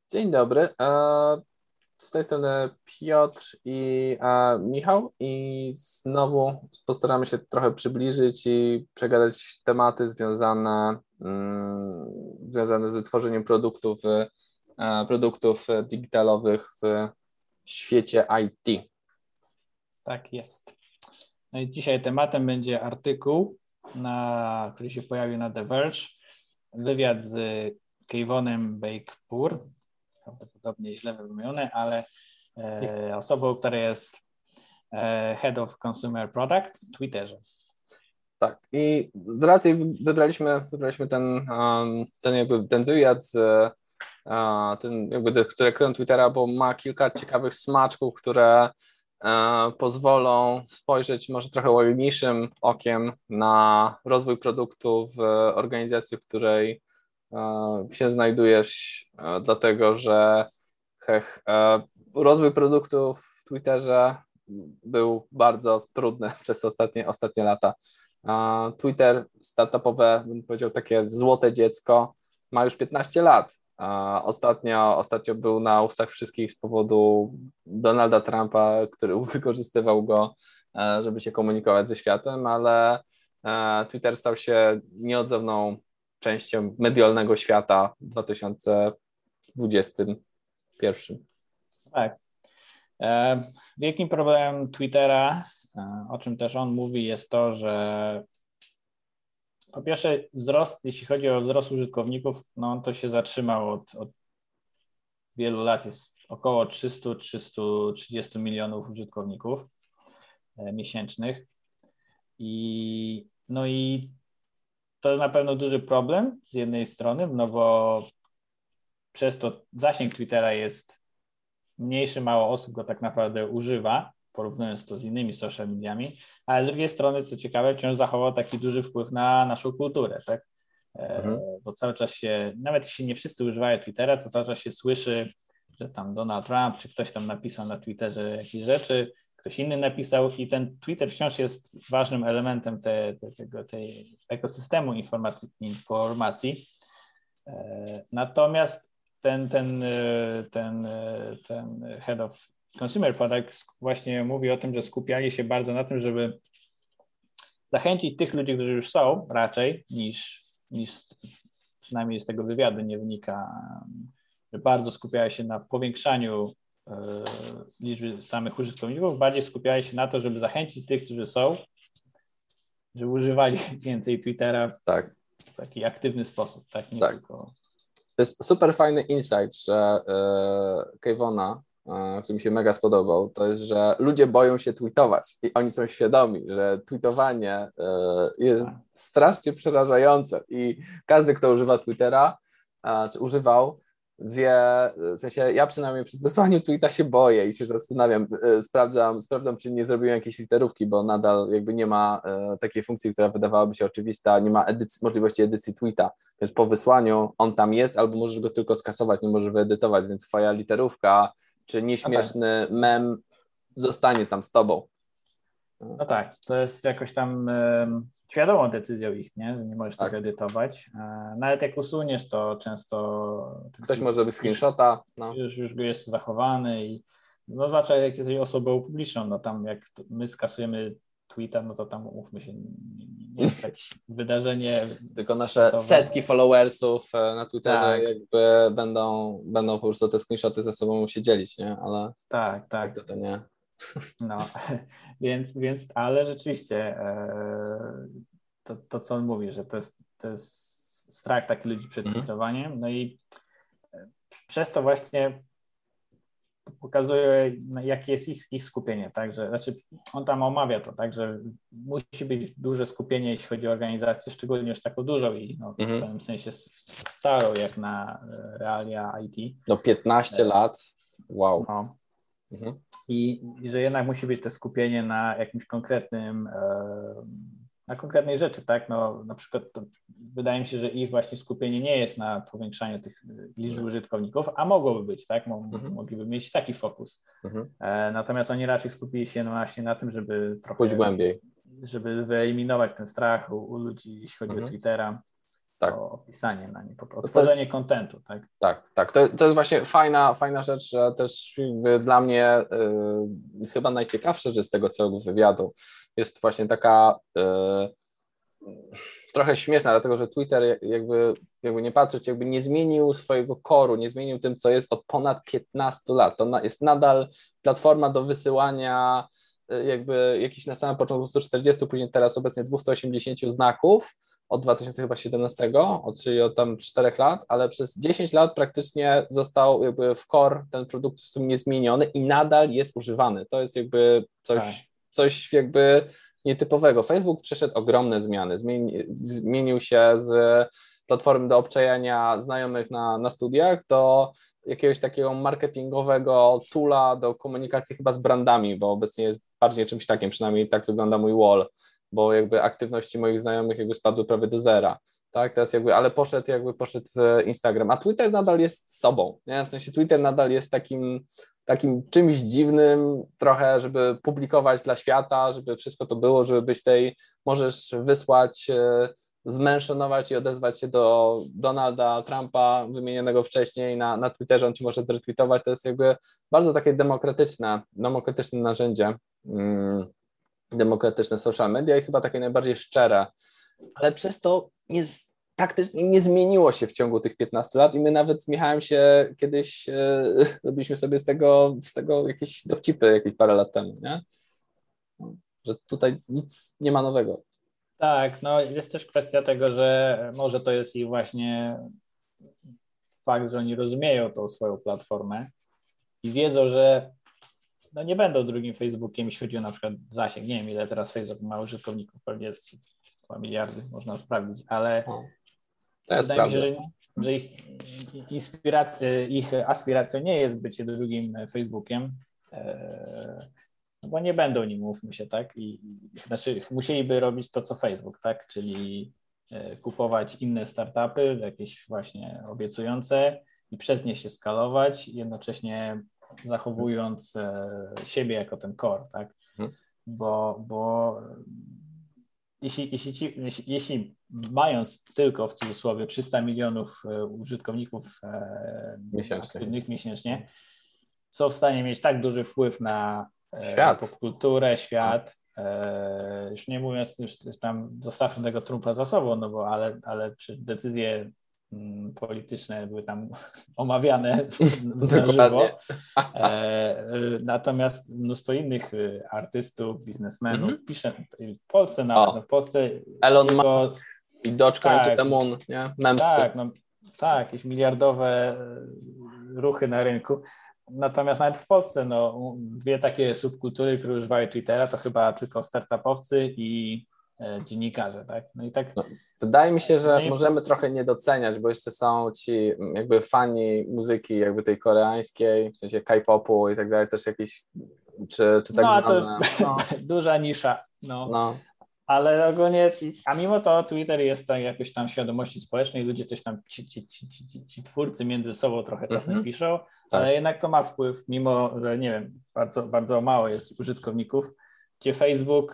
Dzień dobry. Z tej strony Piotr i Michał i znowu postaramy się trochę przybliżyć i przegadać tematy związane z tworzeniem produktów digitalowych w świecie IT. Tak jest. No i dzisiaj tematem będzie artykuł, który się pojawił na The Verge, wywiad z Keyvonem Beykpour, prawdopodobnie źle wymienione, ale osobą, która jest Head of Consumer Product w Twitterze. Tak, i z racji wybraliśmy ten wywiad dyrektorem Twittera, bo ma kilka ciekawych smaczków, które pozwolą spojrzeć może trochę łagodniejszym okiem na rozwój produktu w organizacji, w której się znajdujesz, dlatego że rozwój produktu w Twitterze był bardzo trudny przez ostatnie lata. Twitter startupowe, bym powiedział, takie złote dziecko, ma już 15 lat. Ostatnio był na ustach wszystkich z powodu Donalda Trumpa, który wykorzystywał go, żeby się komunikować ze światem, ale Twitter stał się nieodzowną częścią medialnego świata w 2021. Tak. Wielkim problemem Twittera, o czym też on mówi, jest to, że po pierwsze jeśli chodzi o wzrost użytkowników, no on to się zatrzymał od wielu lat, jest około 300-330 milionów użytkowników miesięcznych i to na pewno duży problem z jednej strony, no bo przez to zasięg Twittera jest mniejszy, mało osób go tak naprawdę używa, porównując to z innymi social mediami, ale z drugiej strony, co ciekawe, wciąż zachował taki duży wpływ na naszą kulturę, tak? Bo cały czas nawet jeśli nie wszyscy używają Twittera, to cały czas się słyszy, że tam Donald Trump, czy ktoś tam napisał na Twitterze jakieś rzeczy, ktoś inny napisał i ten Twitter wciąż jest ważnym elementem tej ekosystemu informacji. Natomiast ten Head of Consumer Products właśnie mówi o tym, że skupiali się bardzo na tym, żeby zachęcić tych ludzi, którzy już są raczej, niż przynajmniej z tego wywiadu nie wynika, że bardzo skupiali się na powiększaniu liczby samych użytkowników, bardziej skupiali się na to, żeby zachęcić tych, którzy są, żeby używali więcej Twittera w taki aktywny sposób, tak? Nie tylko... To jest super fajny insight, że Keyvona, który mi się mega spodobał, to jest, że ludzie boją się tweetować i oni są świadomi, że tweetowanie jest strasznie przerażające i każdy, kto używa Twittera, czy używał, wie, w sensie ja przynajmniej przed wysłaniem tweeta się boję i się zastanawiam, sprawdzam, czy nie zrobiłem jakiejś literówki, bo nadal jakby nie ma takiej funkcji, która wydawałaby się oczywista, nie ma możliwości edycji tweeta, więc po wysłaniu on tam jest, albo możesz go tylko skasować, nie możesz wyedytować, więc twoja literówka czy nieśmieszny mem zostanie tam z tobą. No tak, to jest jakoś tam świadomą decyzją ich, nie? Że nie możesz tego edytować. Nawet jak usuniesz, to często... Ktoś może zrobić screenshota. No. Już go jest zachowany i no zwłaszcza jak jesteś osobą publiczną, no tam jak my skasujemy tweeta, no to tam umówmy się, nie jest takie wydarzenie. Tylko nasze setki followersów na Twitterze jakby będą po prostu te screenshoty ze sobą się dzielić, nie? Ale tak. To nie. No, więc ale rzeczywiście to co on mówi, że to jest strach taki ludzi przed tweetowaniem, no i przez to właśnie pokazuje, jakie jest ich skupienie, tak, że, znaczy on tam omawia to, tak, że musi być duże skupienie, jeśli chodzi o organizację, szczególnie już taką dużą i w pewnym sensie starą, jak na realia IT. No 15 lat, wow. No. I że jednak musi być to skupienie na jakimś na konkretnej rzeczy, tak? No, na przykład wydaje mi się, że ich właśnie skupienie nie jest na powiększaniu tych liczby użytkowników, a mogłoby być, tak? Mogliby mieć taki fokus. Natomiast oni raczej skupili się właśnie na tym, żeby trochę pójść głębiej, żeby wyeliminować ten strach u ludzi, jeśli chodzi o Twittera Tak. opisanie na nie, po prostu To jest, tworzenie kontentu, tak? tak. To jest właśnie fajna rzecz, że też jakby dla mnie chyba najciekawsza rzecz z tego całego wywiadu jest właśnie taka trochę śmieszna, dlatego że Twitter jakby nie patrzeć, jakby nie zmienił swojego koru, nie zmienił tym, co jest od ponad 15 lat. To jest nadal platforma do wysyłania jakby jakiś na samym początku 140, później teraz obecnie 280 znaków od 2017, czyli od tam 4 lat, ale przez 10 lat praktycznie został jakby w core ten produkt niezmieniony i nadal jest używany. To jest jakby coś jakby nietypowego. Facebook przeszedł ogromne zmiany. Zmienił się z platformy do obczajania znajomych na studiach do jakiegoś takiego marketingowego toola do komunikacji chyba z brandami, bo obecnie jest bardziej czymś takim, przynajmniej tak wygląda mój wall, bo jakby aktywności moich znajomych jakby spadły prawie do zera. Tak, teraz ale poszedł w Instagram, a Twitter nadal jest sobą, nie? W sensie Twitter nadal jest takim czymś dziwnym trochę, żeby publikować dla świata, żeby wszystko to było, żeby możesz wysłać, zmenszonować i odezwać się do Donalda Trumpa, wymienionego wcześniej na Twitterze, on ci może zretweetować, to jest jakby bardzo takie demokratyczne narzędzie, demokratyczne social media i chyba takie najbardziej szczere, ale przez to praktycznie nie zmieniło się w ciągu tych 15 lat i my nawet z Michałem się kiedyś robiliśmy sobie z tego jakieś dowcipy jakieś parę lat temu, nie? Że tutaj nic nie ma nowego. Tak, no jest też kwestia tego, że może to jest ich właśnie fakt, że oni rozumieją tą swoją platformę i wiedzą, że no nie będą drugim Facebookiem, jeśli chodzi o na przykład zasięg. Nie wiem, ile teraz Facebook ma użytkowników, pewnie jest 2 miliardy, można sprawdzić, ale wydaje mi się, że ich aspiracją nie jest bycie drugim Facebookiem, bo nie będą nim, mówmy się, tak? Znaczy musieliby robić to, co Facebook, tak? Czyli kupować inne startupy, jakieś właśnie obiecujące i przez nie się skalować, jednocześnie zachowując siebie jako ten core, tak? Bo jeśli mając tylko w cudzysłowie 300 milionów użytkowników aktywnych miesięcznie, są w stanie mieć tak duży wpływ na popkulturę, świat, już nie mówiąc, już tam zostawmy tego Trumpa za sobą, no bo ale decyzje polityczne były tam omawiane na żywo. Natomiast mnóstwo innych artystów, biznesmenów pisze w Polsce nawet, no w Polsce Elon Musk i Dogecoin to the moon, nie? Memsy. Tak, jakieś miliardowe ruchy na rynku. Natomiast nawet w Polsce dwie takie subkultury, które używają Twittera, to chyba tylko startupowcy i dziennikarze, tak? No i tak. Wydaje mi się, że możemy trochę nie doceniać, bo jeszcze są ci jakby fani muzyki jakby tej koreańskiej, w sensie K-popu i tak dalej, też jakieś, czy tak zwane. Duża nisza, Ale ogólnie, a mimo to Twitter jest tak jakoś tam świadomości społecznej, ludzie coś tam, ci twórcy między sobą trochę czasem piszą, ale jednak to ma wpływ, mimo że nie wiem, bardzo, bardzo mało jest użytkowników, gdzie Facebook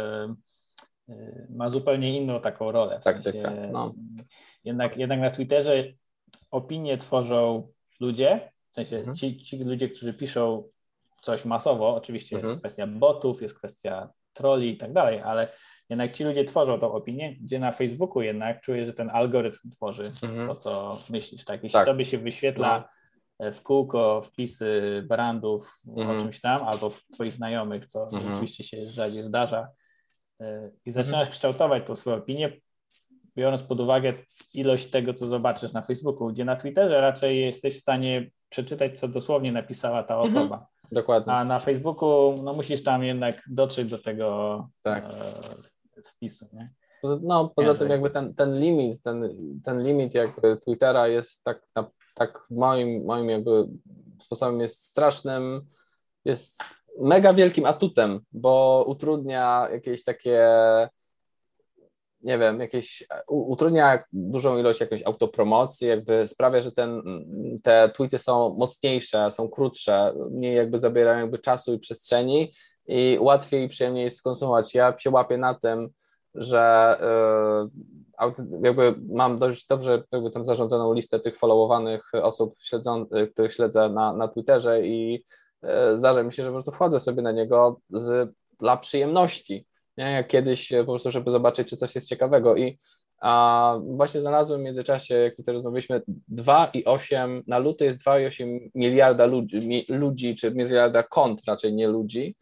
ma zupełnie inną taką rolę. W sensie, jednak na Twitterze opinie tworzą ludzie, w sensie ci ludzie, którzy piszą coś masowo, oczywiście jest kwestia botów, jest kwestia trolli i tak dalej, ale jednak ci ludzie tworzą tą opinię, gdzie na Facebooku jednak czuję, że ten algorytm tworzy to, co myślisz. Tak? Jeśli tobie się wyświetla w kółko wpisy brandów o czymś tam, albo twoich znajomych, co oczywiście się rzadziej zdarza, i zaczynasz kształtować tą swoją opinię, biorąc pod uwagę ilość tego, co zobaczysz na Facebooku, gdzie na Twitterze raczej jesteś w stanie przeczytać, co dosłownie napisała ta osoba. Dokładnie. A na Facebooku musisz tam jednak dotrzeć do tego wpisu, nie? Poza tym jakby ten limit jakby Twittera jest tak moim jakby sposobem jest strasznym, jest mega wielkim atutem, bo utrudnia jakieś takie, nie wiem, utrudnia dużą ilość jakiejś autopromocji, jakby sprawia, że te tweety są mocniejsze, są krótsze, mniej jakby zabierają jakby czasu i przestrzeni i łatwiej i przyjemniej jest skonsumować. Ja się łapię na tym, że jakby mam dość dobrze jakby tam zarządzoną listę tych followowanych osób, których śledzę na Twitterze i zdarza mi się, że po prostu wchodzę sobie na niego dla przyjemności, nie? Jak kiedyś po prostu, żeby zobaczyć, czy coś jest ciekawego a właśnie znalazłem w międzyczasie, jak tutaj rozmawialiśmy, 2,8 na luty jest 2,8 miliarda ludzi, czy miliarda kont, raczej nie ludzi,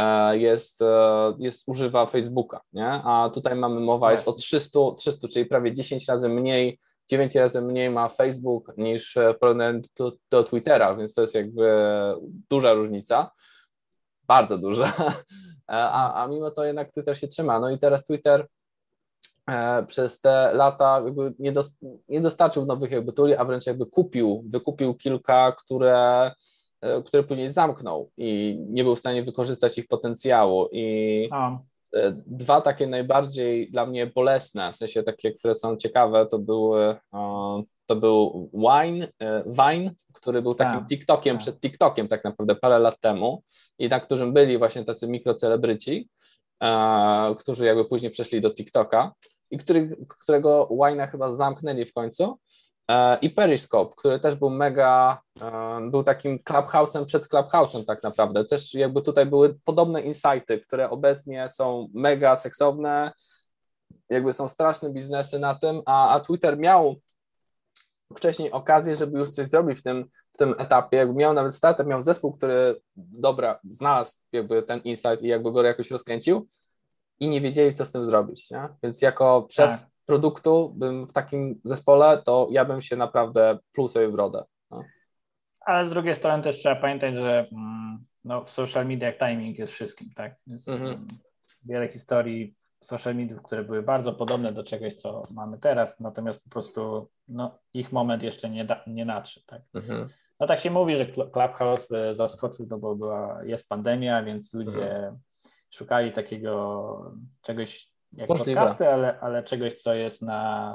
używa Facebooka, nie? A tutaj mamy mowa jest o 300, czyli prawie 10 razy mniej, 9 razy mniej ma Facebook niż w porównaniu do Twittera, więc to jest jakby duża różnica, bardzo duża, a mimo to jednak Twitter się trzyma. No i teraz Twitter przez te lata jakby nie dostarczył nowych jakby tuli, a wręcz jakby wykupił kilka, które później zamknął i nie był w stanie wykorzystać ich potencjału. I dwa takie najbardziej dla mnie bolesne, w sensie takie, które są ciekawe, to był Vine, który był takim TikTokiem przed TikTokiem tak naprawdę parę lat temu i na którym byli właśnie tacy mikrocelebryci, którzy jakby później przeszli do TikToka i którego Wine'a chyba zamknęli w końcu. I Periscope, który też był był takim Clubhouse'em przed Clubhouse'em tak naprawdę. Też jakby tutaj były podobne insighty, które obecnie są mega seksowne, jakby są straszne biznesy na tym, a Twitter miał wcześniej okazję, żeby już coś zrobić w tym etapie, jakby miał nawet startup, miał zespół, który znalazł jakby ten insight i jakby go jakoś rozkręcił i nie wiedzieli, co z tym zrobić, nie? Więc jako szef produktu bym w takim zespole, to ja bym się naprawdę pluł sobie w brodę. No. Ale z drugiej strony też trzeba pamiętać, że w social mediach timing jest wszystkim, tak? Jest wiele historii social mediów, które były bardzo podobne do czegoś, co mamy teraz, natomiast po prostu ich moment jeszcze nie nadszedł, tak? No tak się mówi, że Clubhouse zaskoczył, no bo jest pandemia, więc ludzie szukali takiego czegoś jak podcasty, ale czegoś, co jest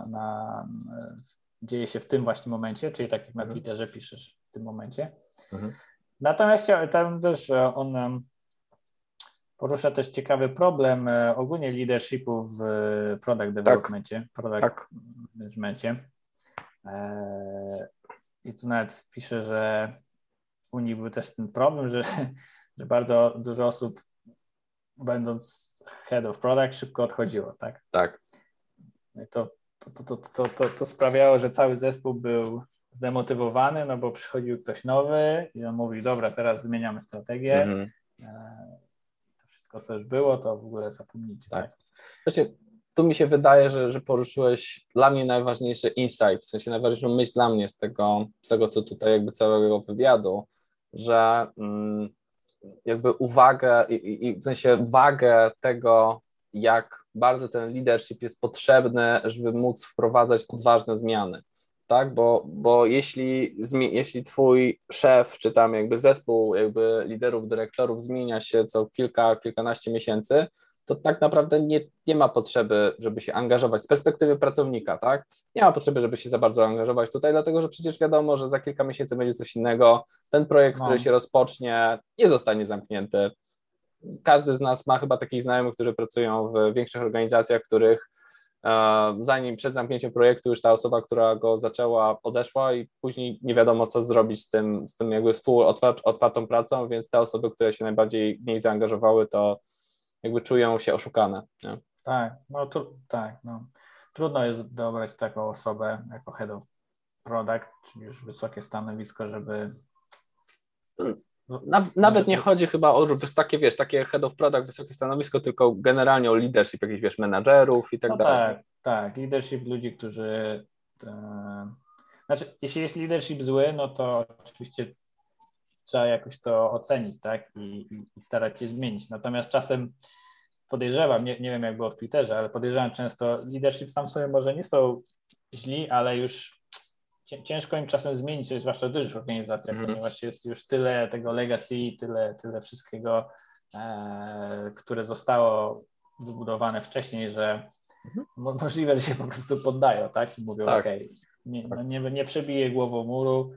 dzieje się w tym właśnie momencie, czyli tak jak na Twitterze piszesz w tym momencie. Natomiast tam też on porusza też ciekawy problem ogólnie leadershipu w product developmentie, product managementie. I tu nawet pisze, że u nich był też ten problem, że bardzo dużo osób będąc head of product szybko odchodziło, tak? Tak. No i to sprawiało, że cały zespół był zdemotywowany, no bo przychodził ktoś nowy i on mówił, dobra, teraz zmieniamy strategię. To wszystko, co już było, to w ogóle zapomnijcie. Tak. Znaczy, tu mi się wydaje, że poruszyłeś dla mnie najważniejszy insight, w sensie najważniejszą myśl dla mnie z tego, co tutaj jakby całego wywiadu, że jakby uwagę i w sensie wagę tego, jak bardzo ten leadership jest potrzebny, żeby móc wprowadzać odważne zmiany, tak, bo jeśli twój szef, czy tam jakby zespół jakby liderów, dyrektorów zmienia się co kilkanaście miesięcy, to tak naprawdę nie ma potrzeby, żeby się angażować z perspektywy pracownika, tak? Nie ma potrzeby, żeby się za bardzo angażować tutaj, dlatego że przecież wiadomo, że za kilka miesięcy będzie coś innego. Ten projekt, który się rozpocznie, nie zostanie zamknięty. Każdy z nas ma chyba takich znajomych, którzy pracują w większych organizacjach, których przed zamknięciem projektu już ta osoba, która go zaczęła, odeszła i później nie wiadomo, co zrobić z tym jakby otwartą pracą, więc te osoby, które się najbardziej w niej zaangażowały, to jakby czują się oszukane. Nie? Tak, trudno jest dobrać taką osobę jako head of product, czyli już wysokie stanowisko, żeby... Nawet nie chodzi chyba o takie head of product, wysokie stanowisko, tylko generalnie o leadership jakichś, menadżerów i tak dalej. Tak, leadership ludzi, którzy... Znaczy, jeśli jest leadership zły, no to oczywiście trzeba jakoś to ocenić, tak, i starać się zmienić. Natomiast czasem podejrzewam, nie wiem jak było w Twitterze, ale podejrzewam często, leadership sam sobie może nie są źli, ale już ciężko im czasem zmienić, zwłaszcza w dużych organizacjach, ponieważ jest już tyle tego legacy, tyle wszystkiego, które zostało wybudowane wcześniej, że możliwe, że się po prostu poddają, tak, i mówią, okej, nie przebiję głową muru,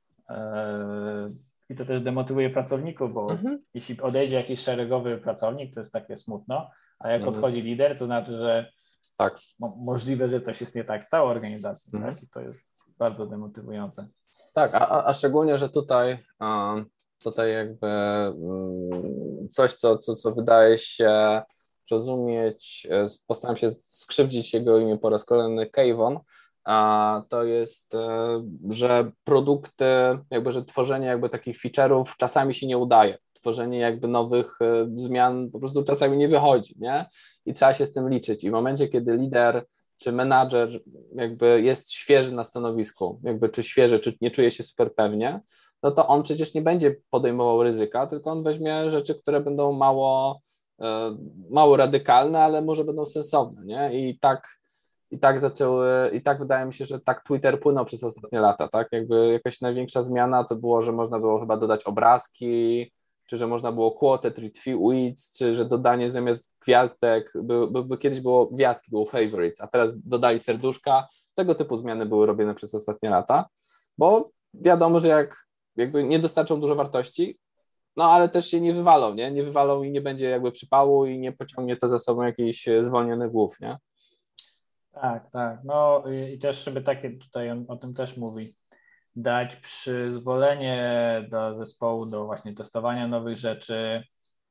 i to też demotywuje pracowników, bo jeśli odejdzie jakiś szeregowy pracownik, to jest takie smutno, A jak odchodzi lider, to znaczy, że tak. Możliwe, że coś jest nie tak z całą organizacją, tak? I to jest bardzo demotywujące. Tak, a szczególnie, że tutaj jakby coś, co wydaje się rozumieć, postaram się skrzywdzić jego imię po raz kolejny, Kayvon, a to jest, że produkty, jakby, że tworzenie jakby takich feature'ów czasami się nie udaje. Tworzenie jakby nowych zmian po prostu czasami nie wychodzi, nie? I trzeba się z tym liczyć. I w momencie, kiedy lider czy menadżer jakby jest świeży na stanowisku, jakby czy świeży, czy nie czuje się super pewnie, no to on przecież nie będzie podejmował ryzyka, tylko on weźmie rzeczy, które będą mało radykalne, ale może będą sensowne, nie? I tak wydaje mi się, że tak Twitter płynął przez ostatnie lata, tak? Jakby jakaś największa zmiana to było, że można było chyba dodać obrazki, czy że można było quoted, retweets, czy że dodanie zamiast gwiazdek, kiedyś było gwiazdki, było favorites, a teraz dodali serduszka. Tego typu zmiany były robione przez ostatnie lata, bo wiadomo, że jakby nie dostarczą dużo wartości, no ale też się nie wywalą, nie? Nie wywalą i nie będzie jakby przypału i nie pociągnie to za sobą jakichś zwolnionych głów, nie? Tak, tak. No i też, żeby takie, tutaj on o tym też mówi, dać przyzwolenie do zespołu do właśnie testowania nowych rzeczy,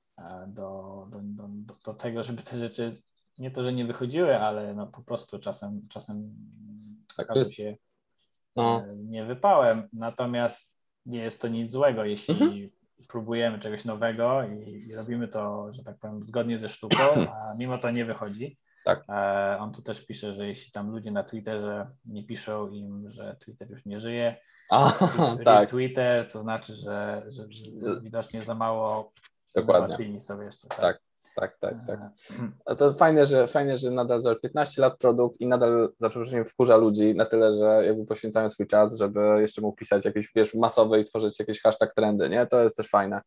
do tego, żeby te rzeczy nie to, że nie wychodziły, ale no po prostu czasem okazują się nie wypałem. Natomiast nie jest to nic złego, jeśli próbujemy czegoś nowego i robimy to, że tak powiem, zgodnie ze sztuką, a mimo to nie wychodzi. Tak. On tu też pisze, że jeśli tam ludzie na Twitterze nie piszą im, że Twitter już nie żyje, tak. Twitter, to znaczy, że widocznie za mało innowacyjni są jeszcze. Tak. A to fajnie, że nadal za 15 lat produkt i nadal za przeproszeniem wkurza ludzi na tyle, że jakby poświęcają swój czas, żeby jeszcze mógł pisać jakieś, wiesz, masowe i tworzyć jakieś hashtag trendy, nie? To jest też fajne.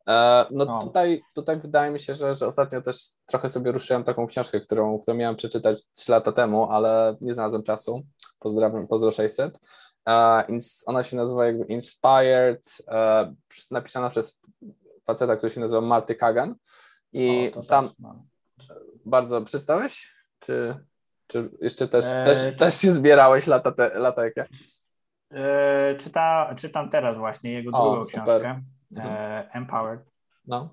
Tutaj wydaje mi się, że ostatnio też trochę sobie ruszyłem taką książkę, którą miałem przeczytać 3 lata temu, ale nie znalazłem czasu. Pozdrawiam, pozdro 600. Ona się nazywa jakby Inspired, napisana przez faceta, który się nazywa Marty Kagan. I tam bardzo przeczytałeś? Czy jeszcze też się zbierałeś lata jak ja? Czytam teraz właśnie jego drugą książkę, Empowered. No.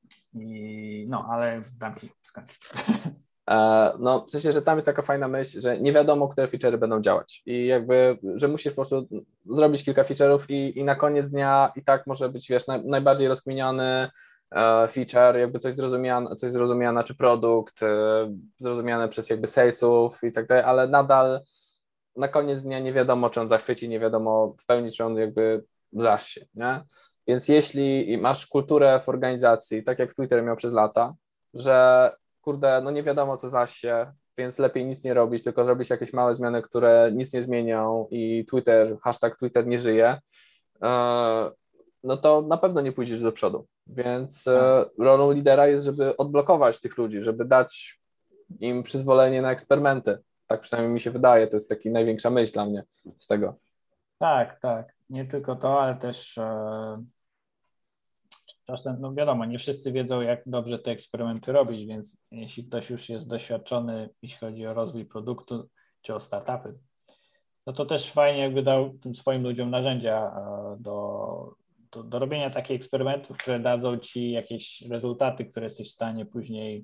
Ale dam ci skończyć. No, w sensie, że tam jest taka fajna myśl, że nie wiadomo, które feature'y będą działać i jakby, że musisz po prostu zrobić kilka feature'ów i na koniec dnia i tak może być, wiesz, najbardziej rozkminiony feature, jakby coś zrozumiane, czy produkt zrozumiane przez jakby salesów i tak dalej, ale nadal na koniec dnia nie wiadomo, czy on zachwyci, nie wiadomo w pełni, czy on jakby zasie, nie? Więc jeśli masz kulturę w organizacji, tak jak Twitter miał przez lata, że kurde, no nie wiadomo, co zasie, więc lepiej nic nie robić, tylko zrobić jakieś małe zmiany, które nic nie zmienią i hashtag Twitter nie żyje, no to na pewno nie pójdziesz do przodu. Więc rolą lidera jest, żeby odblokować tych ludzi, żeby dać im przyzwolenie na eksperymenty. Tak przynajmniej mi się wydaje, to jest taka największa myśl dla mnie z tego. Tak. Nie tylko to, ale też czasem, no wiadomo, nie wszyscy wiedzą, jak dobrze te eksperymenty robić, więc jeśli ktoś już jest doświadczony, jeśli chodzi o rozwój produktu czy o startupy, no to też fajnie jakby dał tym swoim ludziom narzędzia do robienia takich eksperymentów, które dadzą ci jakieś rezultaty, które jesteś w stanie później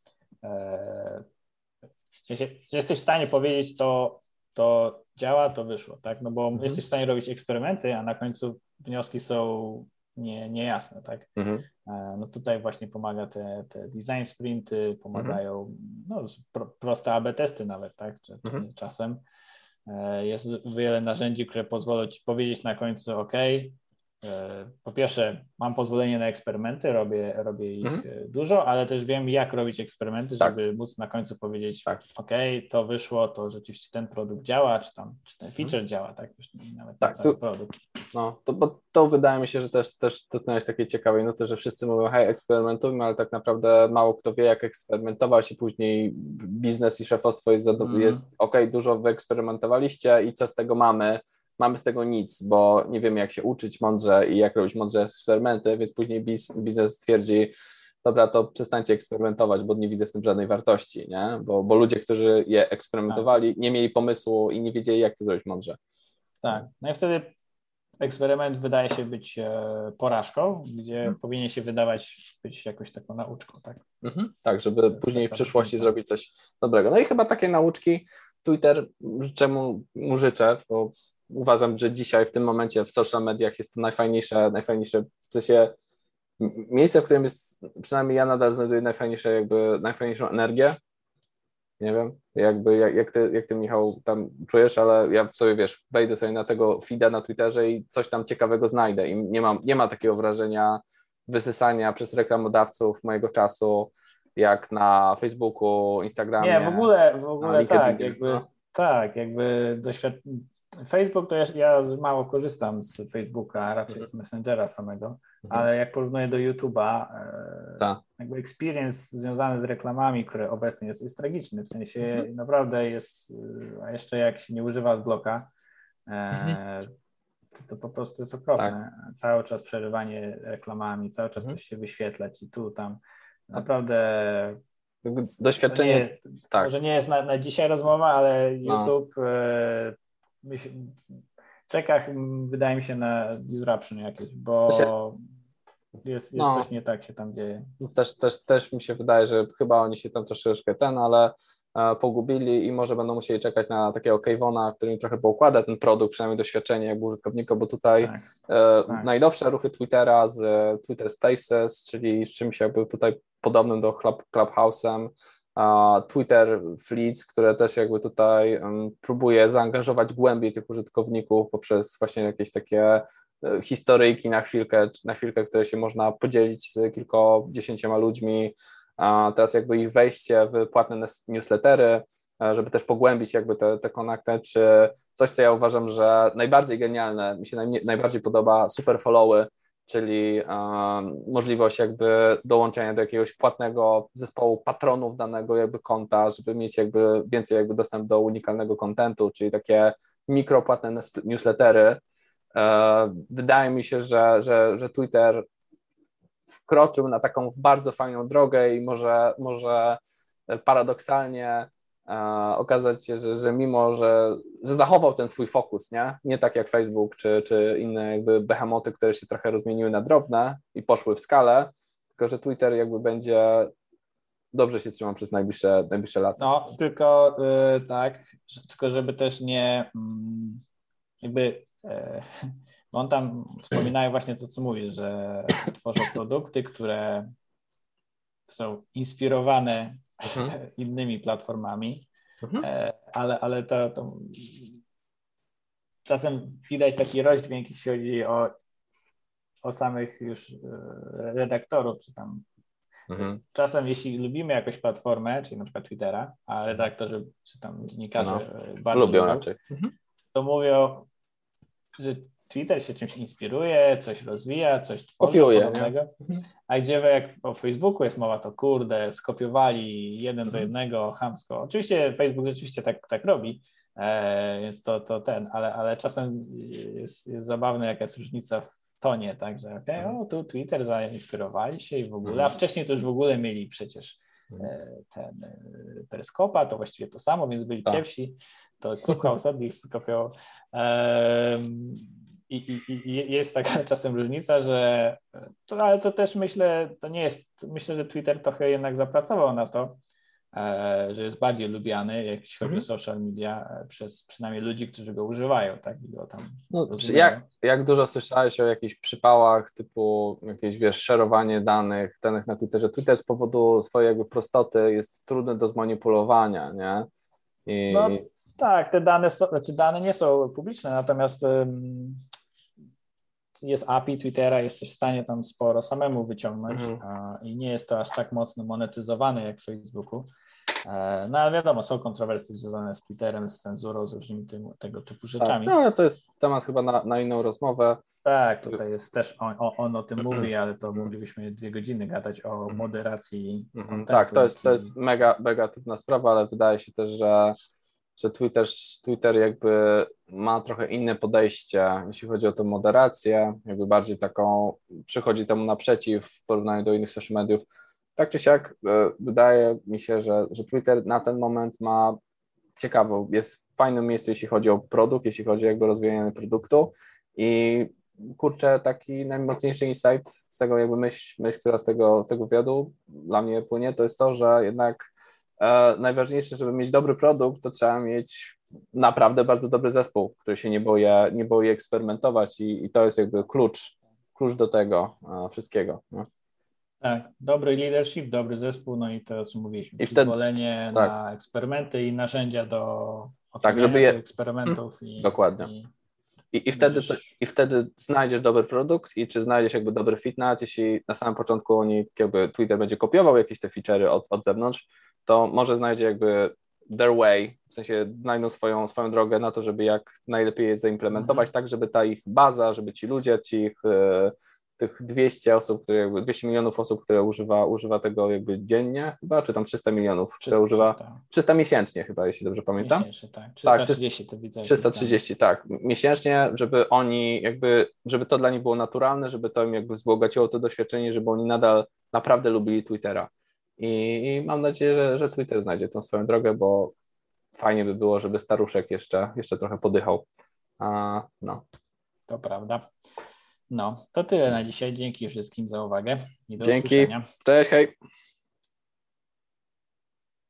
że jesteś w stanie powiedzieć, to działa, to wyszło, tak? No bo jesteś w stanie robić eksperymenty, a na końcu wnioski są niejasne, tak? No tutaj właśnie pomaga te design sprinty, pomagają proste AB testy nawet, tak? Czasem jest wiele narzędzi, które pozwolą ci powiedzieć na końcu, OK, po pierwsze mam pozwolenie na eksperymenty, robię ich dużo, ale też wiem, jak robić eksperymenty, żeby móc na końcu powiedzieć, OK, to wyszło, to rzeczywiście ten produkt działa, czy ten feature działa, tak? Już nawet ten cały produkt. No, to wydaje mi się, że też dotknąłeś takiej ciekawej nuty, że wszyscy mówią, hej, eksperymentujmy, ale tak naprawdę mało kto wie, jak eksperymentować i później biznes i szefostwo jest OK, dużo wyeksperymentowaliście i co z tego mamy? Mamy z tego nic, bo nie wiemy, jak się uczyć mądrze i jak robić mądrze eksperymenty, więc później biznes twierdzi, dobra, to przestańcie eksperymentować, bo nie widzę w tym żadnej wartości, nie? Bo ludzie, którzy je eksperymentowali, nie mieli pomysłu i nie wiedzieli, jak to zrobić mądrze. Tak, no i wtedy eksperyment wydaje się być porażką, gdzie powinien się wydawać być jakąś taką nauczką, tak? Tak, żeby później w przyszłości zrobić coś dobrego. No i chyba takie nauczki Twitter, czemu mu życzę, bo uważam, że dzisiaj w tym momencie w social mediach jest to najfajniejsze w sensie miejsce, w którym jest, przynajmniej ja nadal znajduję najfajniejszą energię. Nie wiem, jak ty Michał tam czujesz, ale ja sobie, wiesz, wejdę sobie na tego feeda na Twitterze i coś tam ciekawego znajdę i nie ma takiego wrażenia wysysania przez reklamodawców mojego czasu, jak na Facebooku, Instagramie. Nie, w ogóle tak, jakby Facebook to ja mało korzystam z Facebooka, raczej z Messengera samego, ale jak porównuję do YouTube'a, jakby experience związany z reklamami, który obecnie jest tragiczny, w sensie naprawdę jest, a jeszcze jak się nie używa adblocka, to po prostu jest okropne. Tak. Cały czas przerywanie reklamami, cały czas coś się wyświetlać i tu, tam. Naprawdę doświadczenie. Może nie jest na dzisiaj rozmowa, ale YouTube czeka, wydaje mi się, na disruption jakieś, bo jest coś nie tak się tam dzieje. Też mi się wydaje, że chyba oni się tam troszeczkę ale pogubili i może będą musieli czekać na takiego Kayvona, który im trochę poukłada ten produkt, przynajmniej doświadczenie jakby użytkownika, bo tutaj najnowsze ruchy Twittera z Twitter Spaces, czyli z czymś jakby tutaj podobnym do Clubhouse'em, Twitter Fleets, które też jakby tutaj próbuje zaangażować głębiej tych użytkowników poprzez właśnie jakieś takie historyjki na chwilkę, które się można podzielić z kilkudziesięcioma ludźmi, teraz jakby ich wejście w płatne newslettery, żeby też pogłębić jakby te kontakty, czy coś, co ja uważam, że najbardziej genialne, mi się najbardziej podoba, super followy, czyli możliwość jakby dołączenia do jakiegoś płatnego zespołu patronów danego jakby konta, żeby mieć jakby więcej jakby dostęp do unikalnego kontentu, czyli takie mikropłatne newslettery. Wydaje mi się, że Twitter wkroczył na taką bardzo fajną drogę i może paradoksalnie okazać się, że mimo, że zachował ten swój fokus, nie tak jak Facebook czy inne jakby behemoty, które się trochę rozmieniły na drobne i poszły w skalę, tylko że Twitter jakby będzie dobrze się trzymał przez najbliższe lata. No, tylko tylko żeby też nie jakby on tam wspominają właśnie to, co mówisz, że tworzą produkty, które są inspirowane innymi platformami, ale to czasem widać taki rozdźwięk, jeśli chodzi o samych już redaktorów, czy tam czasem jeśli lubimy jakąś platformę, czyli na przykład Twittera, a redaktorzy czy tam dziennikarze bardzo lubią raczej, to mówią, że Twitter się czymś inspiruje, coś rozwija, coś tworzy podobnego, a gdzie jak o Facebooku jest mowa, to kurde, skopiowali jeden do jednego chamsko. Oczywiście Facebook rzeczywiście tak robi, więc to ale czasem jest zabawne, jaka jest różnica w tonie, tak, że tu Twitter zainspirowali się i w ogóle, a wcześniej to już w ogóle mieli przecież ten Peryskopa, to właściwie to samo, więc byli pierwsi, to Clubhouse od nich skopiował. I jest taka czasem różnica, że ale to też myślę, to nie jest, myślę, że Twitter trochę jednak zapracował na to, że jest bardziej lubiany, jeśli chodzi o social media, przez przynajmniej ludzi, którzy go używają, tak, i go tam jak dużo słyszałeś o jakichś przypałach typu jakieś, wiesz, szerowanie danych na Twitterze. Twitter z powodu swojej jakby prostoty jest trudny do zmanipulowania, nie? Tak, te dane nie są publiczne, natomiast jest API Twittera, jesteś w stanie tam sporo samemu wyciągnąć i nie jest to aż tak mocno monetyzowane jak w Facebooku. No ale wiadomo, są kontrowersje związane z Twitterem, z cenzurą, z różnymi tego typu rzeczami. Tak, no ale to jest temat chyba na inną rozmowę. Tak, tutaj jest też on o tym mówi, ale to moglibyśmy 2 godziny gadać o moderacji kontentu. Tak, to jest mega trudna sprawa, ale wydaje się też, że Twitter jakby ma trochę inne podejście, jeśli chodzi o tę moderację, jakby bardziej taką przychodzi temu naprzeciw w porównaniu do innych social mediów. tak czy siak wydaje mi się, że Twitter na ten moment ma ciekawą, jest w fajnym miejscu, jeśli chodzi o produkt, jeśli chodzi jakby o rozwijanie produktu i kurczę, taki najmocniejszy insight z tego jakby myśl, która z tego wywiadu dla mnie płynie, to jest to, że jednak najważniejsze, żeby mieć dobry produkt, to trzeba mieć naprawdę bardzo dobry zespół, który się nie boi eksperymentować i to jest jakby klucz do tego wszystkiego. No. Tak, dobry leadership, dobry zespół, no i to, co mówiliśmy, I wtedy, przyzwolenie tak, na eksperymenty i narzędzia do tak, oceniania żeby tych eksperymentów. Dokładnie. I wtedy znajdziesz dobry produkt i czy znajdziesz jakby dobry fit, nawet jeśli na samym początku jakby Twitter będzie kopiował jakieś te feature'y od zewnątrz, to może znajdzie jakby their way, w sensie znajdą swoją drogę na to, żeby jak najlepiej je zaimplementować, tak, żeby ta ich baza, żeby ci ludzie, tych 200 osób, 200 milionów osób, które używa tego jakby dziennie chyba, czy tam 300 milionów, które używa 300 miesięcznie chyba, jeśli dobrze pamiętam. Miesięcznie, tak. 330 to widzę. 330, tak, miesięcznie, żeby oni żeby to dla nich było naturalne, żeby to im jakby wzbogaciło to doświadczenie, żeby oni nadal naprawdę lubili Twittera. I mam nadzieję, że Twitter znajdzie tą swoją drogę, bo fajnie by było, żeby staruszek jeszcze trochę podychał. No. To prawda. No, to tyle na dzisiaj. Dzięki wszystkim za uwagę i do Dzięki. usłyszenia. Cześć, hej.